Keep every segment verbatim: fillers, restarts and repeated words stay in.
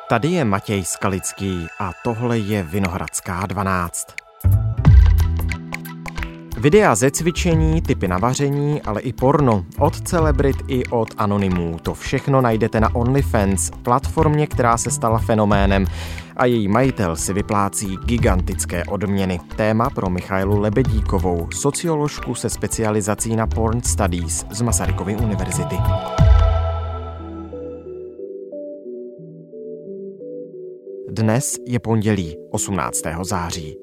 Tady je Matěj Skalický a tohle je Vinohradská dvanáct. Videa ze cvičení, tipy na vaření, ale i porno. Od celebrit i od anonymů. To všechno najdete na OnlyFans, platformě, která se stala fenoménem a její majitel si vyplácí gigantické odměny. Téma pro Michailu Lebedíkovou, socioložku se specializací na porn studies z Masarykovy univerzity. Dnes je pondělí osmnáctého září.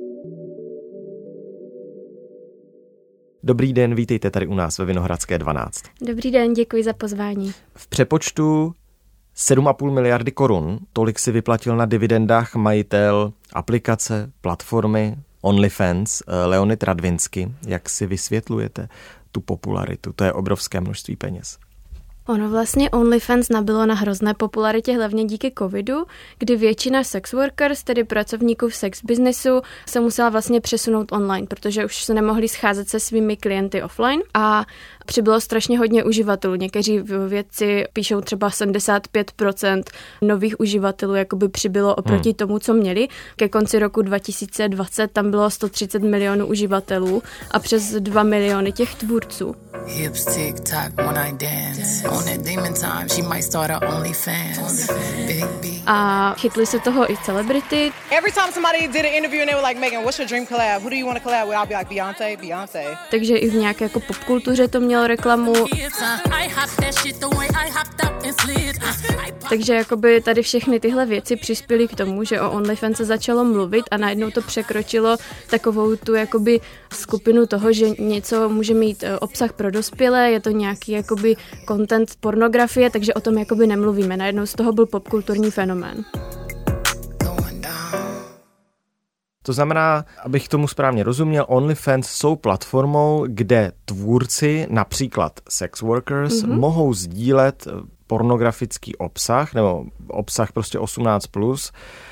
Dobrý den, vítejte tady u nás ve Vinohradské dvanáct. Dobrý den, děkuji za pozvání. V přepočtu sedm a půl miliardy korun, tolik si vyplatil na dividendách majitel aplikace, platformy OnlyFans Leonid Radvinsky. Jak si vysvětlujete tu popularitu? To je obrovské množství peněz. Ono vlastně OnlyFans nabylo na hrozné popularitě hlavně díky covidu, kdy většina sex workers, tedy pracovníků v sex businessu, se musela vlastně přesunout online, protože už se nemohli scházet se svými klienty offline a přibylo strašně hodně uživatelů. Někteří vědci píšou třeba sedmdesát pět procent nových uživatelů jakoby přibylo oproti hmm. tomu, co měli. Ke konci roku dva tisíce dvacet tam bylo sto třicet milionů uživatelů a přes dva miliony těch tvůrců. Hips tick tock when I dance. On that demon time, she might start her OnlyFans. A chytli se toho i celebrity. Every time somebody did an interview and they were like, Megan, what's your dream collab? Who do you want to collab with? I'll be like, Beyoncé, Beyoncé. Takže i v nějaké jako popkultuře to mělo reklamu. Takže jakoby tady všechny tyhle věci přispěly k tomu, že o OnlyFans se začalo mluvit a najednou to překročilo takovou tu jakoby skupinu toho, že něco může mít obsah pro dospělé, je to nějaký jakoby content pornografie, takže o tom jakoby nemluvíme. Najednou z toho byl popkulturní fenomén. To znamená, abych tomu správně rozuměl, OnlyFans jsou platformou, kde tvůrci, například sex workers, mm-hmm. mohou sdílet pornografický obsah, nebo obsah prostě osmnáct plus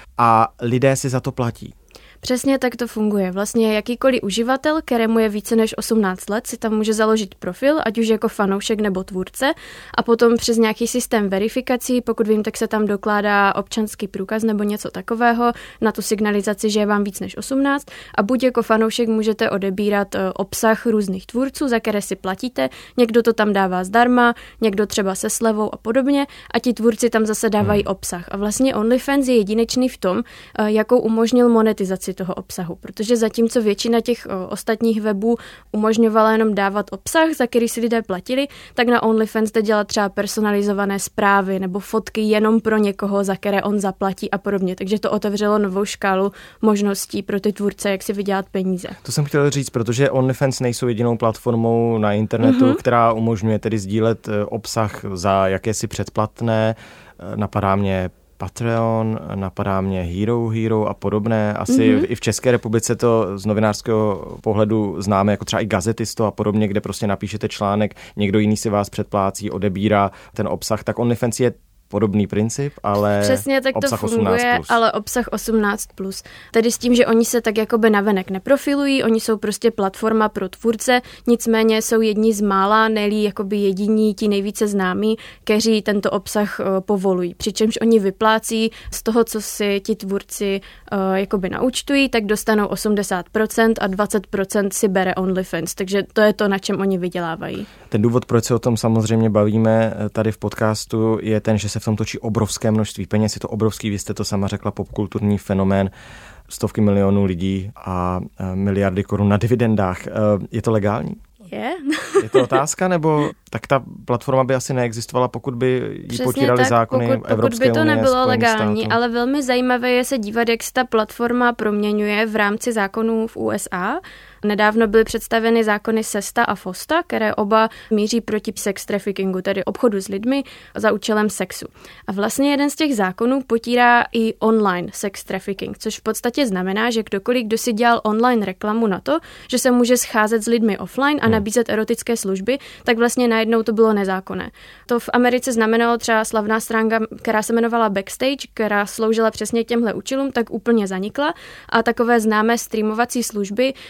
a lidé si za to platí. Přesně tak to funguje. Vlastně jakýkoliv uživatel, kterému je více než osmnáct let, si tam může založit profil, ať už jako fanoušek nebo tvůrce a potom přes nějaký systém verifikací, pokud vím, tak se tam dokládá občanský průkaz nebo něco takového na tu signalizaci, že je vám víc než osmnáct a buď jako fanoušek můžete odebírat obsah různých tvůrců, za které si platíte, někdo to tam dává zdarma, někdo třeba se slevou a podobně a ti tvůrci tam zase dávají hmm. obsah. A vlastně OnlyFans je jedinečný v tom, jakou umožnil monetizaci toho obsahu, protože zatímco většina těch o, ostatních webů umožňovala jenom dávat obsah, za který si lidé platili, tak na OnlyFans jde dělat třeba personalizované zprávy nebo fotky jenom pro někoho, za které on zaplatí a podobně. Takže to otevřelo novou škálu možností pro ty tvůrce, jak si vydělat peníze. To jsem chtěl říct, protože OnlyFans nejsou jedinou platformou na internetu, mm-hmm. která umožňuje tedy sdílet obsah za jakési předplatné. Napadá mě Patreon, napadá mě Hero Hero a podobné. Asi mm-hmm. i v České republice to z novinářského pohledu známe jako třeba i Gazetisto a podobně, kde prostě napíšete článek, někdo jiný si vás předplácí, odebírá ten obsah, tak OnlyFans je podobný princip, ale přesně tak obsah to funguje, osmnáct plus. Ale obsah osmnáct plus. Tedy s tím, že oni se tak jakoby navenek neprofilují, oni jsou prostě platforma pro tvůrce, nicméně jsou jedni z mála, ne-li jakoby jediní, ti nejvíce známí, kteří tento obsah uh, povolují. Přičemž oni vyplácí z toho, co si ti tvůrci uh, jakoby naúčtují, tak dostanou osmdesát procent a dvacet procent si bere OnlyFans, takže to je to, na čem oni vydělávají. Ten důvod, proč se o tom samozřejmě bavíme tady v podcastu, je ten, že se v tom točí obrovské množství peněz, je to obrovský, vy jste to sama řekla, popkulturní fenomén, stovky milionů lidí a miliardy korun na dividendách. Je to legální? Je. Je to otázka, nebo tak ta platforma by asi neexistovala, pokud by jí potírali tak, zákony pokud, Evropské unie, pokud by to unie, nebylo legální, států. Ale velmi zajímavé je se dívat, jak se ta platforma proměňuje v rámci zákonů v U S A. Nedávno byly představeny zákony SESTA a FOSTA, které oba míří proti sex traffickingu, tedy obchodu s lidmi za účelem sexu. A vlastně jeden z těch zákonů potírá i online sex trafficking, což v podstatě znamená, že kdokoliv, kdo si dělal online reklamu na to, že se může scházet s lidmi offline a nabízet erotické služby, tak vlastně najednou to bylo nezákonné. To v Americe znamenalo třeba slavná stránka, která se jmenovala Backstage, která sloužila přesně těmhle účelům, tak úplně zanikla a takové známé streamovací služby, kde byly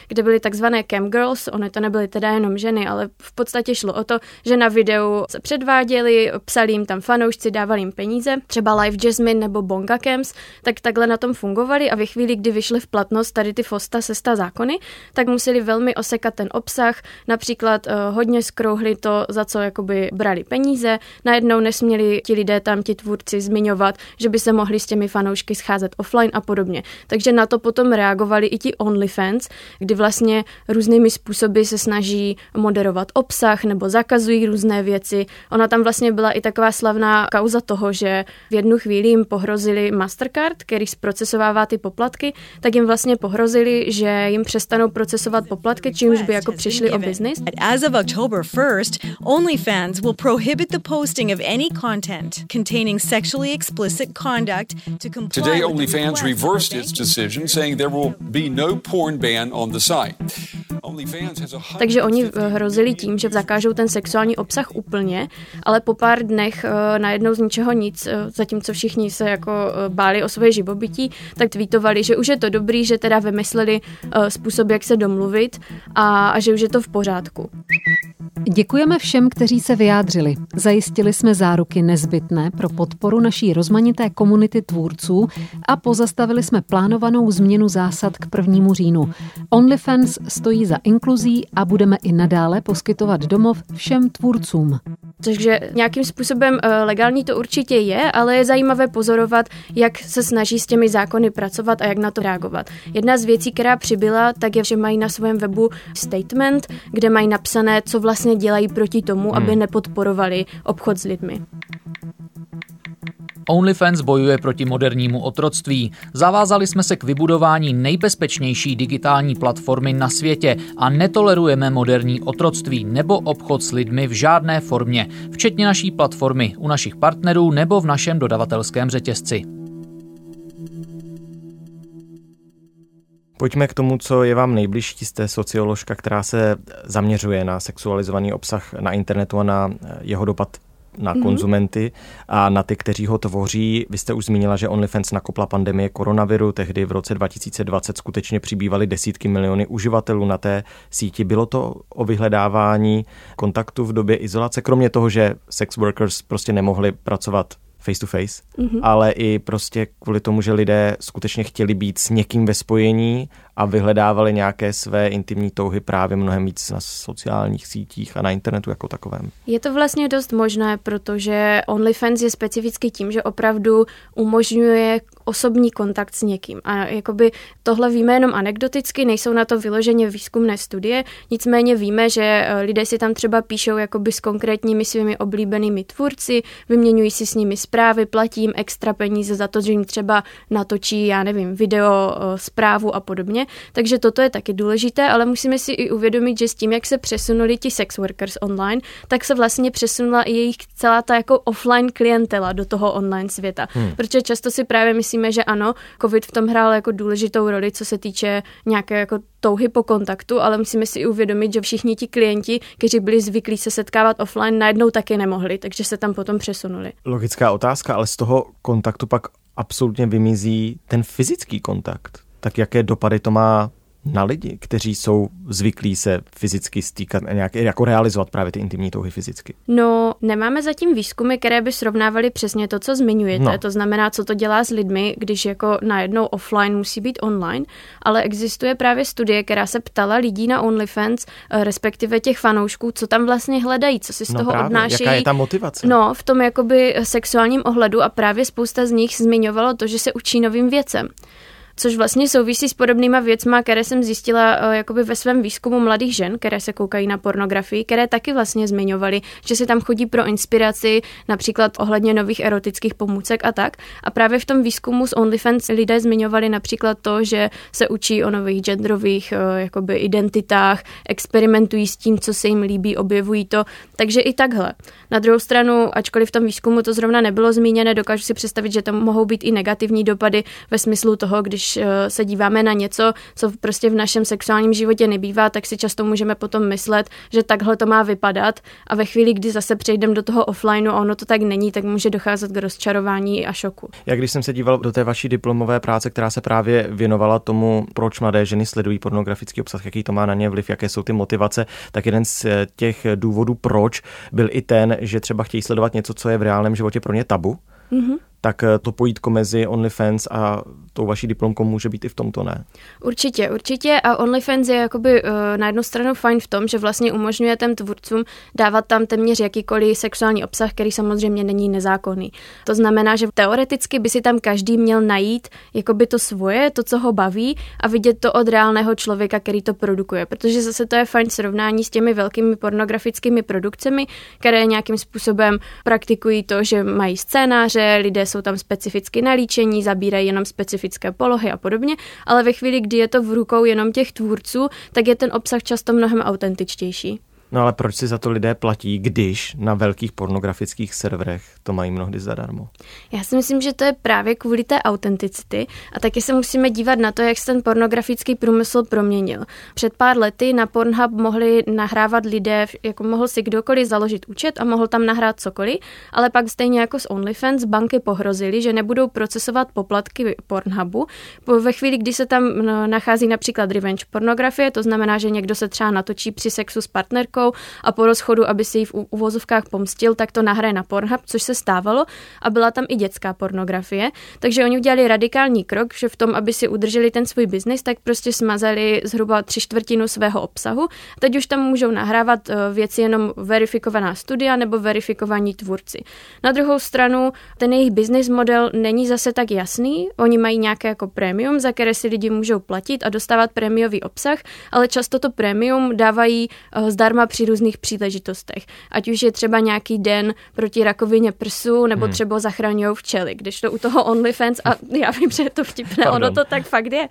takzvané camgirls, ony to nebyly teda jenom ženy, ale v podstatě šlo o to, že na videu se předváděli, psali jim tam fanoušci, dávali jim peníze, třeba Live Jasmine nebo Bonga Camps, tak takhle na tom fungovali a ve chvíli, kdy vyšly v platnost tady ty FOSTA, SESTA zákony, tak museli velmi osekat ten obsah, například uh, hodně skrouhli to, za co jakoby brali peníze, najednou nesměli ti lidé tam, ti tvůrci zmiňovat, že by se mohli s těmi fanoušky scházet offline a podobně. Takže na to potom reagovali i ti OnlyFans, kdy vlastně různými způsoby se snaží moderovat obsah nebo zakazují různé věci. Ona tam vlastně byla i taková slavná kauza toho, že v jednu chvíli jim pohrozili Mastercard, který zprocesovává ty poplatky, tak jim vlastně pohrozili, že jim přestanou procesovat poplatky, čímž by jako přišli o biznis. As of October first, OnlyFans will prohibit the posting of any content containing sexually explicit conduct to comply. Today, OnlyFans reversed its decision, saying there will be no porn ban on the site. Takže oni hrozili tím, že zakážou ten sexuální obsah úplně, ale po pár dnech najednou z ničeho nic, zatímco všichni se jako báli o svoje živobytí, tak tweetovali, že už je to dobrý, že teda vymysleli způsob, jak se domluvit a, a že už je to v pořádku. Děkujeme všem, kteří se vyjádřili. Zajistili jsme záruky nezbytné pro podporu naší rozmanité komunity tvůrců a pozastavili jsme plánovanou změnu zásad k prvnímu říjnu. OnlyFans stojí za inkluzí a budeme i nadále poskytovat domov všem tvůrcům. Takže nějakým způsobem legální to určitě je, ale je zajímavé pozorovat, jak se snaží s těmi zákony pracovat a jak na to reagovat. Jedna z věcí, která přibyla, tak je, že mají na svém webu statement, kde mají napsané, co vlastně dělají proti tomu, hmm. aby nepodporovali obchod s lidmi. OnlyFans bojuje proti modernímu otroctví. Zavázali jsme se k vybudování nejbezpečnější digitální platformy na světě a netolerujeme moderní otroctví nebo obchod s lidmi v žádné formě, včetně naší platformy, u našich partnerů nebo v našem dodavatelském řetězci. Pojďme k tomu, co je vám nejbližší. Jste socioložka, která se zaměřuje na sexualizovaný obsah na internetu a na jeho dopad na mm-hmm. konzumenty a na ty, kteří ho tvoří. Vy jste už zmínila, že OnlyFans nakopla pandemie koronaviru. Tehdy v roce dva tisíce dvacet skutečně přibývaly desítky miliony uživatelů na té síti. Bylo to o vyhledávání kontaktu v době izolace, kromě toho, že sex workers prostě nemohli pracovat face to face, mm-hmm. ale i prostě kvůli tomu, že lidé skutečně chtěli být s někým ve spojení a vyhledávali nějaké své intimní touhy právě mnohem víc na sociálních sítích a na internetu jako takovém. Je to vlastně dost možné, protože OnlyFans je specificky tím, že opravdu umožňuje osobní kontakt s někým. A jakoby tohle víme jenom anekdoticky, nejsou na to vyloženě výzkumné studie, nicméně víme, že lidé si tam třeba píšou jakoby s konkrétními svými oblíbenými tvůrci, vyměňují si s nimi zprávy, platí jim extra peníze za to, že jim třeba natočí, já nevím, video, zprávu a podobně. Takže toto je taky důležité, ale musíme si i uvědomit, že s tím, jak se přesunuli ti sex workers online, tak se vlastně přesunula i jejich celá ta jako offline klientela do toho online světa. Hmm. Protože často si právě myslíme, že ano, covid v tom hrál jako důležitou roli, co se týče nějaké jako touhy po kontaktu, ale musíme si i uvědomit, že všichni ti klienti, kteří byli zvyklí se setkávat offline, najednou taky nemohli, takže se tam potom přesunuli. Logická otázka, ale z toho kontaktu pak absolutně vymizí ten fyzický kontakt. Tak jaké dopady to má na lidi, kteří jsou zvyklí se fyzicky stýkat a nějak jako realizovat právě ty intimní touhy fyzicky? No, nemáme zatím výzkumy, které by srovnávaly přesně to, co zmiňujete. No. To znamená, co to dělá s lidmi, když jako najednou offline musí být online, ale existuje právě studie, která se ptala lidí na OnlyFans, respektive těch fanoušků, co tam vlastně hledají, co si z no toho právě. odnášejí. Jaká je ta motivace? No, v tom jakoby sexuálním ohledu a právě spousta z nich zmiňovalo to, že se učí novým věcem. Což vlastně souvisí s podobnýma věcma, které jsem zjistila jakoby ve svém výzkumu mladých žen, které se koukají na pornografii, které taky vlastně zmiňovaly, že si tam chodí pro inspiraci, například ohledně nových erotických pomůcek a tak. A právě v tom výzkumu s OnlyFans lidé zmiňovali například to, že se učí o nových genderových jakoby identitách, experimentují s tím, co se jim líbí, objevují to. Takže i takhle. Na druhou stranu, ačkoliv v tom výzkumu to zrovna nebylo zmíněné, dokážu si představit, že tam mohou být i negativní dopady ve smyslu toho, když když se díváme na něco, co prostě v našem sexuálním životě nebývá, tak si často můžeme potom myslet, že takhle to má vypadat a ve chvíli, kdy zase přejdeme do toho offlineu a ono to tak není, tak může docházet k rozčarování a šoku. Já když jsem se díval do té vaší diplomové práce, která se právě věnovala tomu, proč mladé ženy sledují pornografický obsah, jaký to má na ně vliv, jaké jsou ty motivace, tak jeden z těch důvodů, proč, byl i ten, že třeba chtějí sledovat něco, co je v reálném životě pro ně tabu. Mm-hmm. Tak to pojítko mezi OnlyFans a tou vaší diplomkou může být i v tomto, ne? Určitě, určitě a OnlyFans je jakoby uh, na jednu stranu fajn v tom, že vlastně umožňuje těm tvůrcům dávat tam téměř jakýkoliv sexuální obsah, který samozřejmě není nezákonný. To znamená, že teoreticky by si tam každý měl najít jakoby to svoje, to, co ho baví a vidět to od reálného člověka, který to produkuje, protože zase to je fajn srovnání s těmi velkými pornografickými produkcemi, které nějakým způsobem praktikují to, že mají scénáře, lidé jsou tam specificky nalíčení, zabírají jenom specifické polohy a podobně, ale ve chvíli, kdy je to v rukou jenom těch tvůrců, tak je ten obsah často mnohem autentičtější. No ale proč si za to lidé platí, když na velkých pornografických serverech to mají mnohdy zadarmo? Já si myslím, že to je právě kvůli té autenticity a taky se musíme dívat na to, jak se ten pornografický průmysl proměnil. Před pár lety na Pornhub mohli nahrávat lidé, jako mohl si kdokoliv založit účet a mohl tam nahrát cokoliv, ale pak stejně jako s OnlyFans banky pohrozily, že nebudou procesovat poplatky Pornhubu. Ve chvíli, kdy se tam nachází například revenge pornografie, to znamená, že někdo se třeba natočí při sexu s partnerkou a po rozchodu, aby si ji v uvozovkách pomstil, tak to nahraje na Pornhub, což se stávalo a byla tam i dětská pornografie. Takže oni udělali radikální krok, že v tom, aby si udrželi ten svůj biznis, tak prostě smazali zhruba tři čtvrtinu svého obsahu. Teď už tam můžou nahrávat věci jenom verifikovaná studia nebo verifikovaní tvůrci. Na druhou stranu, ten jejich business model není zase tak jasný. Oni mají nějaké jako prémium, za které si lidi můžou platit a dostávat prémiový obsah, ale často to prémium dávají zdarma při různých příležitostech. Ať už je třeba nějaký den proti rakovině prsu, nebo hmm. třeba zachraňují včely, když to u toho OnlyFans, a já vím, že je to vtipné, Pardon. ono to tak fakt je.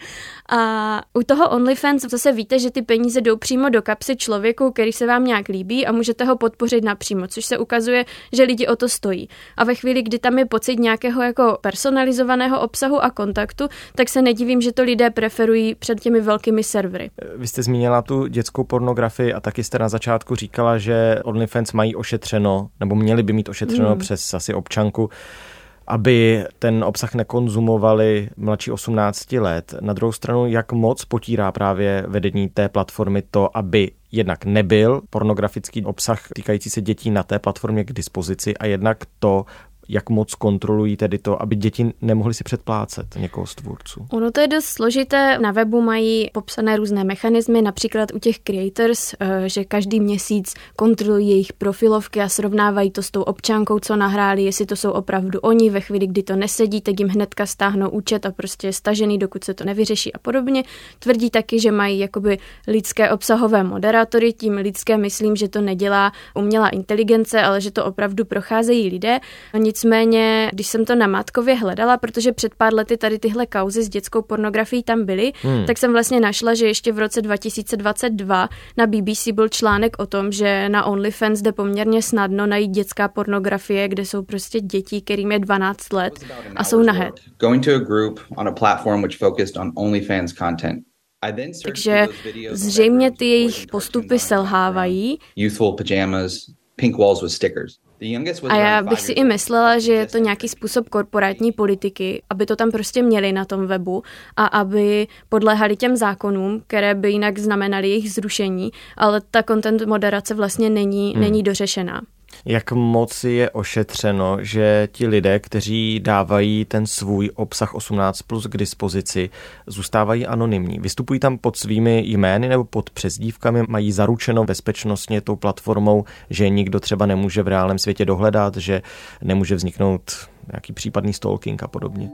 A u toho OnlyFans zase víte, že ty peníze jdou přímo do kapsy člověku, který se vám nějak líbí a můžete ho podpořit napřímo, což se ukazuje, že lidi o to stojí. A ve chvíli, kdy tam je pocit nějakého jako personalizovaného obsahu a kontaktu, tak se nedivím, že to lidé preferují před těmi velkými servery. Vy jste zmínila tu dětskou pornografii a taky jste na začátku říkala, že OnlyFans mají ošetřeno, nebo měli by mít ošetřeno mm. přes asi občanku, aby ten obsah nekonzumovali mladší osmnácti let. Na druhou stranu, jak moc potírá právě vedení té platformy to, aby jednak nebyl pornografický obsah týkající se dětí na té platformě k dispozici a jednak to, jak moc kontrolují tedy to, aby děti nemohly si předplácet někoho z tvůrců? Ono to je dost složité. Na webu mají popsané různé mechanismy, například u těch creators, že každý měsíc kontrolují jejich profilovky a srovnávají to s tou občankou, co nahráli, jestli to jsou opravdu oni. Ve chvíli, kdy to nesedí, tak jim hnedka stáhnou účet a prostě je stažený, dokud se to nevyřeší a podobně. Tvrdí taky, že mají jakoby lidské obsahové moderátory, tím lidské myslím, že to nedělá umělá inteligence, ale že to opravdu procházejí lidé. Nicméně, když jsem to na Mátkově hledala, protože před pár lety tady tyhle kauzy s dětskou pornografií tam byly, hmm. tak jsem vlastně našla, že ještě v roce dva tisíce dvacet dva na B B C byl článek o tom, že na OnlyFans jde poměrně snadno najít dětská pornografie, kde jsou prostě děti, kterým je dvanáct let a jsou nahé. Going to a group on a platform which focused on OnlyFans content. Takže zřejmě ty jejich postupy selhávají. Youthful pajamas, pink walls with stickers. A já bych si i myslela, že je to nějaký způsob korporátní politiky, aby to tam prostě měli na tom webu a aby podléhali těm zákonům, které by jinak znamenaly jejich zrušení, ale ta content moderace vlastně není, hmm. není dořešená. Jak moc je ošetřeno, že ti lidé, kteří dávají ten svůj obsah osmnáct plus k dispozici, zůstávají anonymní? Vystupují tam pod svými jmény nebo pod přezdívkami? Mají zaručeno bezpečnostně tou platformou, že nikdo třeba nemůže v reálném světě dohledat, že nemůže vzniknout nějaký případný stalking a podobně?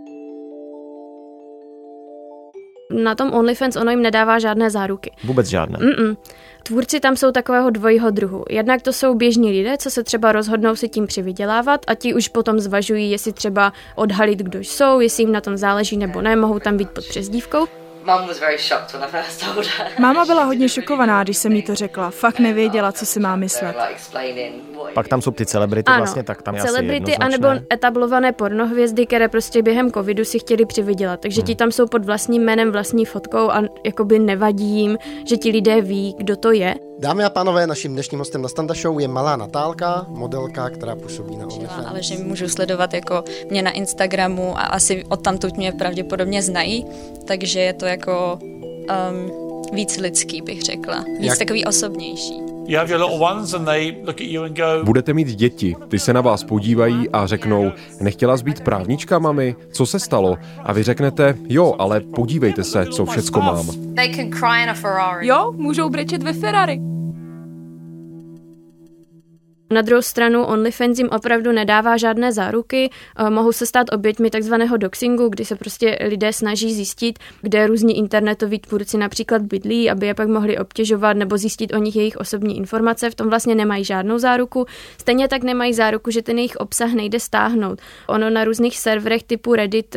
Na tom OnlyFans ono jim nedává žádné záruky. Vůbec žádné? Mm-mm. Tvůrci tam jsou takového dvojího druhu. Jednak to jsou běžní lidé, co se třeba rozhodnou si tím přivydělávat a ti už potom zvažují, jestli třeba odhalit, kdo jsou, jestli jim na tom záleží nebo ne, mohou tam být pod přezdívkou. Máma byla hodně šokovaná, když jsem jí to řekla. Fakt nevěděla, co si má myslet. Pak tam jsou ty celebrity ano, vlastně, tak tam je celebrity asi anebo etablované pornohvězdy, které prostě během covidu si chtěli přivydělat. Takže hmm. ti tam jsou pod vlastním jménem, vlastní fotkou a jakoby nevadí jim, že ti lidé ví, kdo to je. Dámy a pánové, naším dnešním hostem na Standa Show je malá Natálka, modelka, která působí na OnlyFans. Ale že můžu sledovat jako mě na Instagramu a asi odtamtud mě pravděpodobně znají, takže je to jako um, víc lidský, bych řekla. Víc Jak? Takový osobnější. Budete mít děti, ty se na vás podívají a řeknou, nechtěla jsi být právnička, mami? Co se stalo? A vy řeknete, jo, ale podívejte se, co všecko mám. Jo, můžou brečet ve Ferrari. Na druhou stranu OnlyFans jim opravdu nedává žádné záruky, mohou se stát oběťmi takzvaného doxingu, kdy se prostě lidé snaží zjistit, kde různí internetoví tvůrci například bydlí, aby je pak mohli obtěžovat nebo zjistit o nich jejich osobní informace. V tom vlastně nemají žádnou záruku. Stejně tak nemají záruku, že ten jejich obsah nejde stáhnout. Ono na různých serverech typu Reddit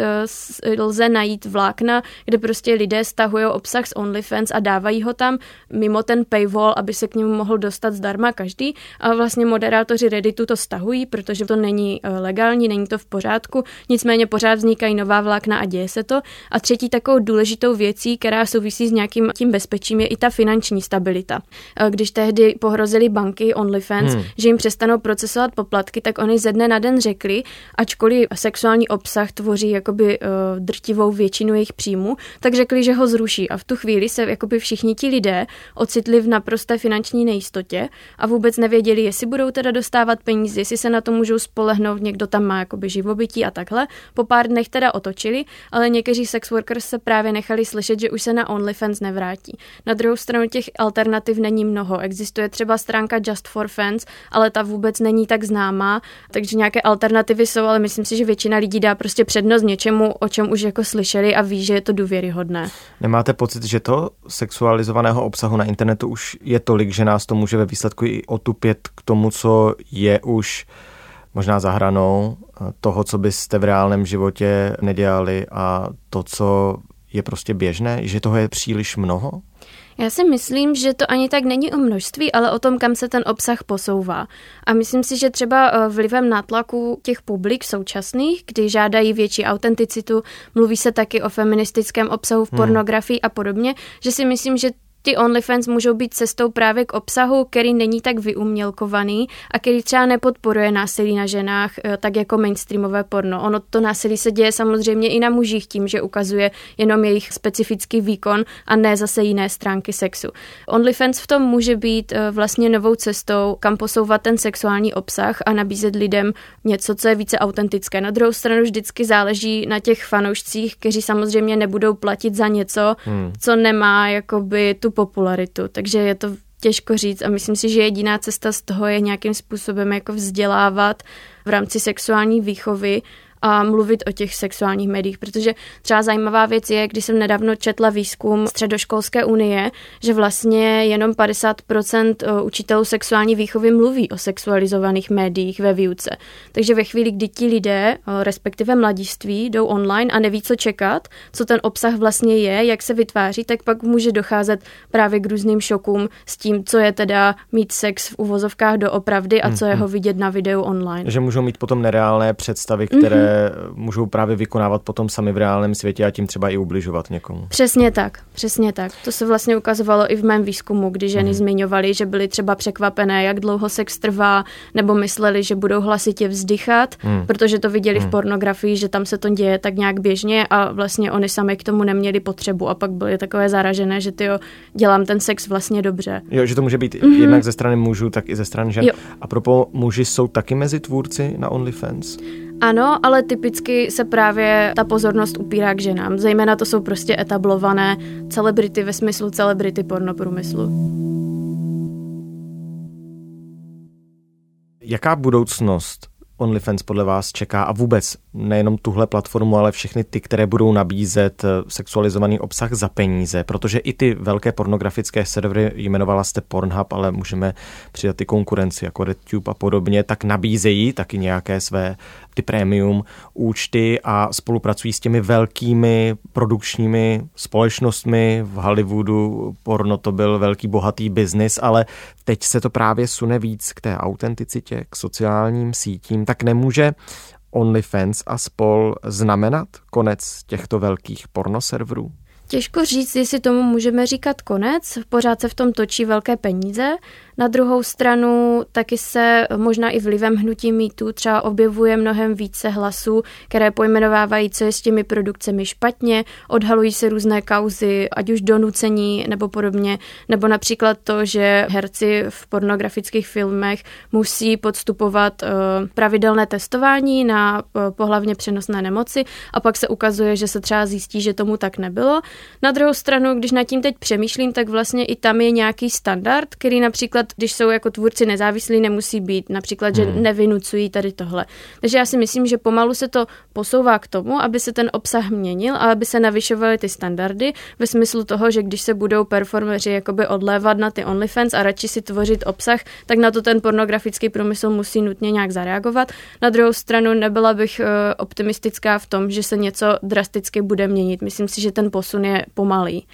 lze najít vlákna, kde prostě lidé stahují obsah z OnlyFans a dávají ho tam mimo ten paywall, aby se k němu mohl dostat zdarma každý. A vlastně moderátoři Redditu to stahují, protože to není legální, není to v pořádku, nicméně pořád vznikají nová vlákna a děje se to. A třetí takovou důležitou věcí, která souvisí s nějakým tím bezpečím, je i ta finanční stabilita. Když tehdy pohrozili banky OnlyFans, hmm. že jim přestanou procesovat poplatky, tak oni ze dne na den řekli, ačkoliv sexuální obsah tvoří jakoby uh, drtivou většinu jejich příjmu, tak řekli, že ho zruší. A v tu chvíli se jakoby všichni ti lidé ocitli v naprosté finanční nejistotě a vůbec nevěděli, jestli budou teda dostávat peníze, jestli se na to můžou spolehnout, někdo tam má jakoby živobytí a takhle. Po pár dnech teda otočili, ale někteří sex workers se právě nechali slyšet, že už se na OnlyFans nevrátí. Na druhou stranu těch alternativ není mnoho. Existuje třeba stránka Just for Fans, ale ta vůbec není tak známá, takže nějaké alternativy jsou, ale myslím si, že většina lidí dá prostě přednost něčemu, o čem už jako slyšeli a ví, že je to důvěryhodné. Nemáte pocit, že to sexualizovaného obsahu na internetu už je tolik, že nás to může ve výsledku i otupět k tomu, co je už možná za hranou toho, co byste v reálném životě nedělali a to, co je prostě běžné, že toho je příliš mnoho? Já si myslím, že to ani tak není o množství, ale o tom, kam se ten obsah posouvá. A myslím si, že třeba vlivem nátlaku těch publik současných, kdy žádají větší autenticitu, mluví se taky o feministickém obsahu v pornografii hmm. a podobně, že si myslím, že ty OnlyFans můžou být cestou právě k obsahu, který není tak vyumělkovaný a který třeba nepodporuje násilí na ženách, tak jako mainstreamové porno. Ono to násilí se děje samozřejmě i na mužích tím, že ukazuje jenom jejich specifický výkon a ne zase jiné stránky sexu. OnlyFans v tom může být vlastně novou cestou, kam posouvat ten sexuální obsah a nabízet lidem něco, co je více autentické. Na druhou stranu vždycky záleží na těch fanoušcích, kteří samozřejmě nebudou platit za něco, hmm. co nemá jakoby tu popularitu, takže je to těžko říct a myslím si, že jediná cesta z toho je nějakým způsobem jako vzdělávat v rámci sexuální výchovy a mluvit o těch sexuálních médiích, protože třeba zajímavá věc je, když jsem nedávno četla výzkum Středoškolské unie, že vlastně jenom padesát procent učitelů sexuální výchovy mluví o sexualizovaných médiích ve výuce. Takže ve chvíli, kdy ti lidé, respektive mladiství, jdou online a neví, co čekat, co ten obsah vlastně je, jak se vytváří, tak pak může docházet právě k různým šokům s tím, co je teda mít sex v uvozovkách doopravdy a co je ho vidět na videu online. Že můžou mít potom nereálné představy, které mm-hmm. můžou právě vykonávat potom sami v reálném světě a tím třeba i ubližovat někomu. Přesně tak, přesně tak. To se vlastně ukazovalo i v mém výzkumu, kdy ženy mm. zmiňovaly, že byly třeba překvapené, jak dlouho sex trvá, nebo mysleli, že budou hlasitě vzdychat, mm. protože to viděli mm. v pornografii, že tam se to děje tak nějak běžně a vlastně oni sami k tomu neměli potřebu a pak byly takové zaražené, že tyjo, dělám ten sex vlastně dobře. Jo, že to může být mm-hmm. jednak ze strany mužů, tak i ze strany žen. Jo. A propos, muži jsou taky mezi tvůrci na OnlyFans? Ano, ale typicky se právě ta pozornost upírá k ženám. Zejména to jsou prostě etablované celebrity ve smyslu celebrity pornoprůmyslu. Jaká budoucnost OnlyFans podle vás čeká a vůbec nejenom tuhle platformu, ale všechny ty, které budou nabízet sexualizovaný obsah za peníze, protože i ty velké pornografické servery, jmenovala jste Pornhub, ale můžeme přidat i konkurenci jako RedTube a podobně, tak nabízejí taky nějaké své ty premium účty a spolupracují s těmi velkými produkčními společnostmi. V Hollywoodu porno to byl velký bohatý biznis, ale teď se to právě sune víc k té autenticitě, k sociálním sítím. Tak nemůže OnlyFans a spol znamenat konec těchto velkých pornoserverů? Těžko říct, jestli tomu můžeme říkat konec, pořád se v tom točí velké peníze. Na druhou stranu taky se možná i vlivem hnutí mýtu třeba objevuje mnohem více hlasů, které pojmenovávají, co je s těmi produkcemi špatně, odhalují se různé kauzy, ať už donucení nebo podobně, nebo například to, že herci v pornografických filmech musí podstupovat uh, pravidelné testování na uh, pohlavně přenosné nemoci a pak se ukazuje, že se třeba zjistí, že tomu tak nebylo. Na druhou stranu, když nad tím teď přemýšlím, tak vlastně i tam je nějaký standard, který například, když jsou jako tvůrci nezávislí, nemusí být. Například, že hmm. nevynucují tady tohle. Takže já si myslím, že pomalu se to posouvá k tomu, aby se ten obsah měnil a aby se navyšovaly ty standardy ve smyslu toho, že když se budou performeři jakoby odlévat na ty OnlyFans a radši si tvořit obsah, tak na to ten pornografický průmysl musí nutně nějak zareagovat. Na druhou stranu nebyla bych optimistická v tom, že se něco drasticky bude měnit. Myslím si, že ten posun je pomalý.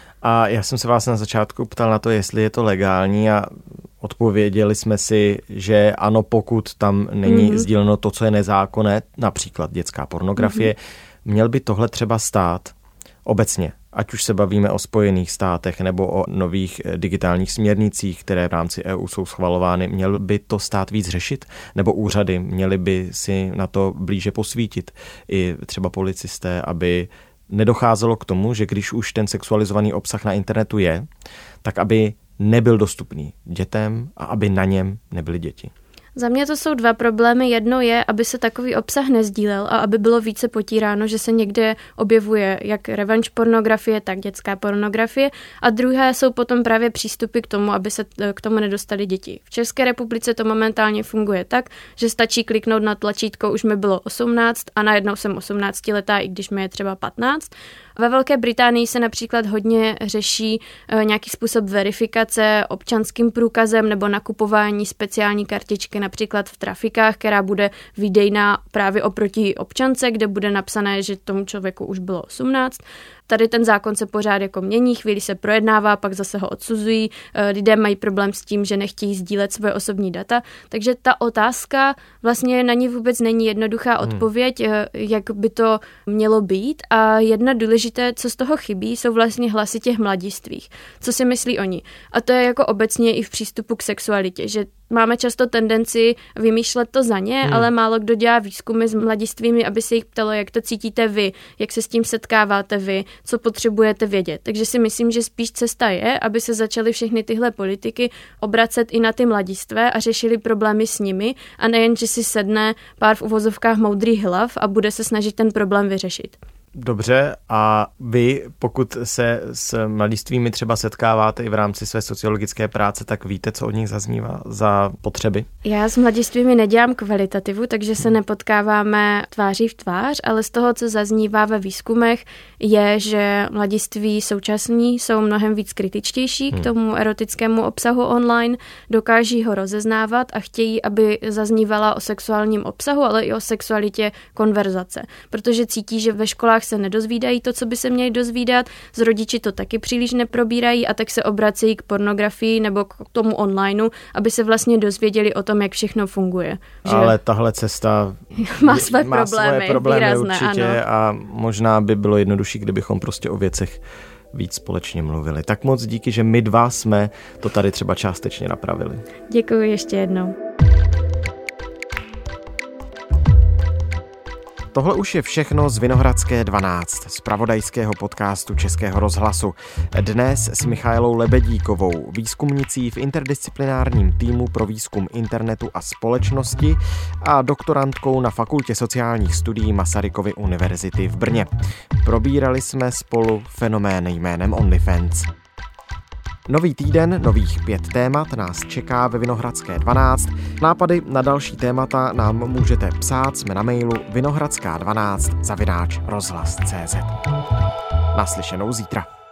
A já jsem se vás na začátku ptal na to, jestli je to legální a odpověděli jsme si, že ano, pokud tam není mm-hmm. sdíleno to, co je nezákonné, například dětská pornografie, mm-hmm. měl by tohle třeba stát obecně, ať už se bavíme o Spojených státech nebo o nových digitálních směrnicích, které v rámci E U jsou schvalovány, měl by to stát víc řešit? Nebo úřady měly by si na to blíže posvítit? I třeba policisté, aby nedocházelo k tomu, že když už ten sexualizovaný obsah na internetu je, tak aby nebyl dostupný dětem a aby na něm nebyly děti. Za mě to jsou dva problémy. Jedno je, aby se takový obsah nezdílel a aby bylo více potíráno, že se někde objevuje jak revenge pornografie, tak dětská pornografie. A druhé jsou potom právě přístupy k tomu, aby se k tomu nedostali děti. V České republice to momentálně funguje tak, že stačí kliknout na tlačítko, už mi bylo osmnáct a najednou jsem osmnáctiletá, i když mi je třeba patnáct. Ve Velké Británii se například hodně řeší nějaký způsob verifikace občanským průkazem nebo nakupování speciální kartičky například v trafikách, která bude výdejná právě oproti občance, kde bude napsané, že tomu člověku už bylo osmnáct. Tady ten zákon se pořád jako mění, chvíli se projednává, pak zase ho odsuzují. Lidé mají problém s tím, že nechtějí sdílet svoje osobní data, takže ta otázka vlastně na ní vůbec není jednoduchá odpověď, hmm. jak by to mělo být. A jedna důležité, co z toho chybí, jsou vlastně hlasy těch mladistvých. Co si myslí oni? A to je jako obecně i v přístupu k sexualitě, že máme často tendenci vymýšlet to za ně, hmm. ale málo kdo dělá výzkumy s mladistvými, aby se jich ptalo, jak to cítíte vy, jak se s tím setkáváte vy, co potřebujete vědět. Takže si myslím, že spíš cesta je, aby se začaly všechny tyhle politiky obracet i na ty mladistvé a řešili problémy s nimi a nejen, že si sedne pár v uvozovkách moudrých hlav a bude se snažit ten problém vyřešit. Dobře, a vy, pokud se s mladistvými třeba setkáváte i v rámci své sociologické práce, tak víte, co od nich zaznívá za potřeby? Já s mladistvými nedělám kvalitativu, takže se nepotkáváme tváří v tvář, ale z toho, co zaznívá ve výzkumech, je, že mladiství současní jsou mnohem víc kritičtější hmm. k tomu erotickému obsahu online, dokáží ho rozeznávat a chtějí, aby zaznívala o sexuálním obsahu, ale i o sexualitě konverzace, protože cítí, že ve školách se nedozvídají to, co by se měli dozvídat, z rodiči to taky příliš neprobírají a tak se obracejí k pornografii nebo k tomu onlineu, aby se vlastně dozvěděli o tom, jak všechno funguje. Že ale tahle cesta má své má problémy, své problémy výrazné, určitě ano. A možná by bylo jednodušší, kdybychom prostě o věcech víc společně mluvili. Tak moc díky, že my dva jsme to tady třeba částečně napravili. Děkuji ještě jednou. Tohle už je všechno z Vinohradské dvanáct, z zpravodajského podcastu Českého rozhlasu. Dnes s Michailou Lebedíkovou, výzkumnicí v interdisciplinárním týmu pro výzkum internetu a společnosti a doktorantkou na Fakultě sociálních studií Masarykovy univerzity v Brně. Probírali jsme spolu fenomén jménem OnlyFans. Nový týden, nových pět témat nás čeká ve Vinohradské dvanáct. Nápady na další témata nám můžete psát, jsme na mailu vinohradská dvanáct zavináč rozhlas tečka cé zet. Naslyšenou zítra.